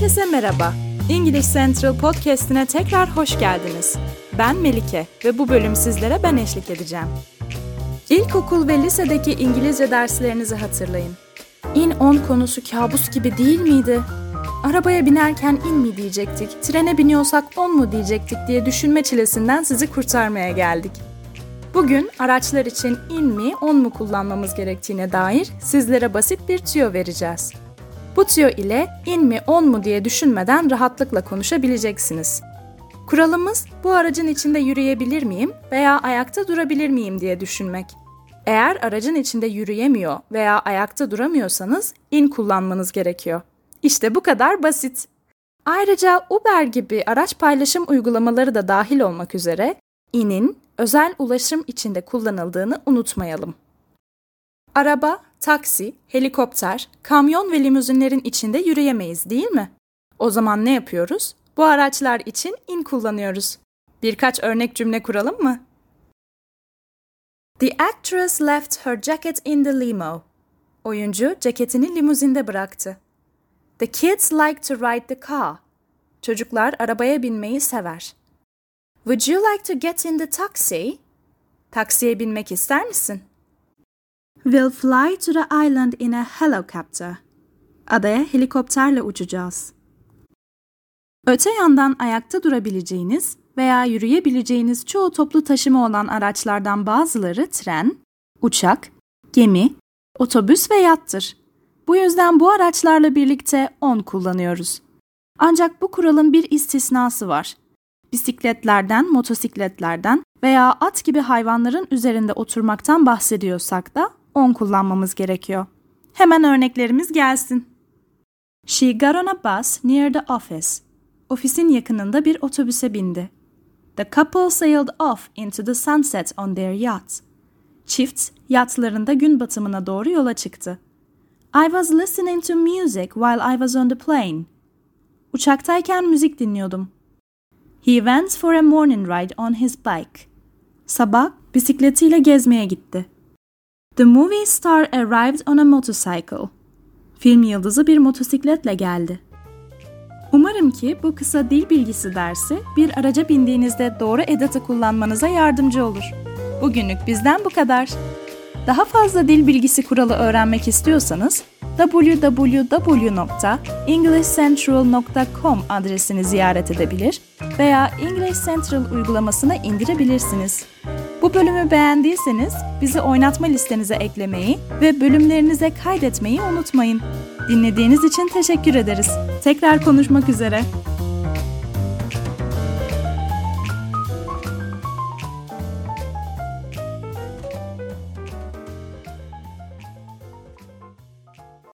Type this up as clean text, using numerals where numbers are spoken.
Herkese merhaba. English Central Podcast'ine tekrar hoş geldiniz. Ben Melike ve bu bölüm sizlere ben eşlik edeceğim. İlkokul ve lisedeki İngilizce derslerinizi hatırlayın. İn on konusu kabus gibi değil miydi? Arabaya binerken in mi diyecektik, trene biniyorsak on mu diyecektik diye düşünme çilesinden sizi kurtarmaya geldik. Bugün araçlar için in mi, on mu kullanmamız gerektiğine dair sizlere basit bir tüyo vereceğiz. Bu tüyo ile in mi, on mu diye düşünmeden rahatlıkla konuşabileceksiniz. Kuralımız bu aracın içinde yürüyebilir miyim veya ayakta durabilir miyim diye düşünmek. Eğer aracın içinde yürüyemiyor veya ayakta duramıyorsanız in kullanmanız gerekiyor. İşte bu kadar basit. Ayrıca Uber gibi araç paylaşım uygulamaları da dahil olmak üzere in'in özel ulaşım içinde kullanıldığını unutmayalım. Araba, taksi, helikopter, kamyon ve limuzinlerin içinde yürüyemeyiz değil mi? O zaman ne yapıyoruz? Bu araçlar için in kullanıyoruz. Birkaç örnek cümle kuralım mı? The actress left her jacket in the limo. Oyuncu ceketini limuzinde bıraktı. The kids like to ride the car. Çocuklar arabaya binmeyi sever. Would you like to get in the taxi? Taksiye binmek ister misin? We'll fly to the island in a helicopter. Adaya helikopterle uçacağız. Öte yandan ayakta durabileceğiniz veya yürüyebileceğiniz çoğu toplu taşıma olan araçlardan bazıları tren, uçak, gemi, otobüs ve yattır. Bu yüzden bu araçlarla birlikte on kullanıyoruz. Ancak bu kuralın bir istisnası var. Bisikletlerden, motosikletlerden veya at gibi hayvanların üzerinde oturmaktan bahsediyorsak da on kullanmamız gerekiyor. Hemen örneklerimiz gelsin. She got on a bus near the office. Ofisin yakınında bir otobüse bindi. The couple sailed off into the sunset on their yacht. Çift, yatlarında gün batımına doğru yola çıktı. I was listening to music while I was on the plane. Uçaktayken müzik dinliyordum. He went for a morning ride on his bike. Sabah bisikletiyle gezmeye gitti. The movie star arrived on a motorcycle. Film yıldızı bir motosikletle geldi. Umarım ki bu kısa dil bilgisi dersi bir araca bindiğinizde doğru edatı kullanmanıza yardımcı olur. Bugünlük bizden bu kadar. Daha fazla dil bilgisi kuralı öğrenmek istiyorsanız www.englishcentral.com adresini ziyaret edebilir veya English Central uygulamasını indirebilirsiniz. Bu bölümü beğendiyseniz bizi oynatma listenize eklemeyi ve bölümlerinize kaydetmeyi unutmayın. Dinlediğiniz için teşekkür ederiz. Tekrar konuşmak üzere.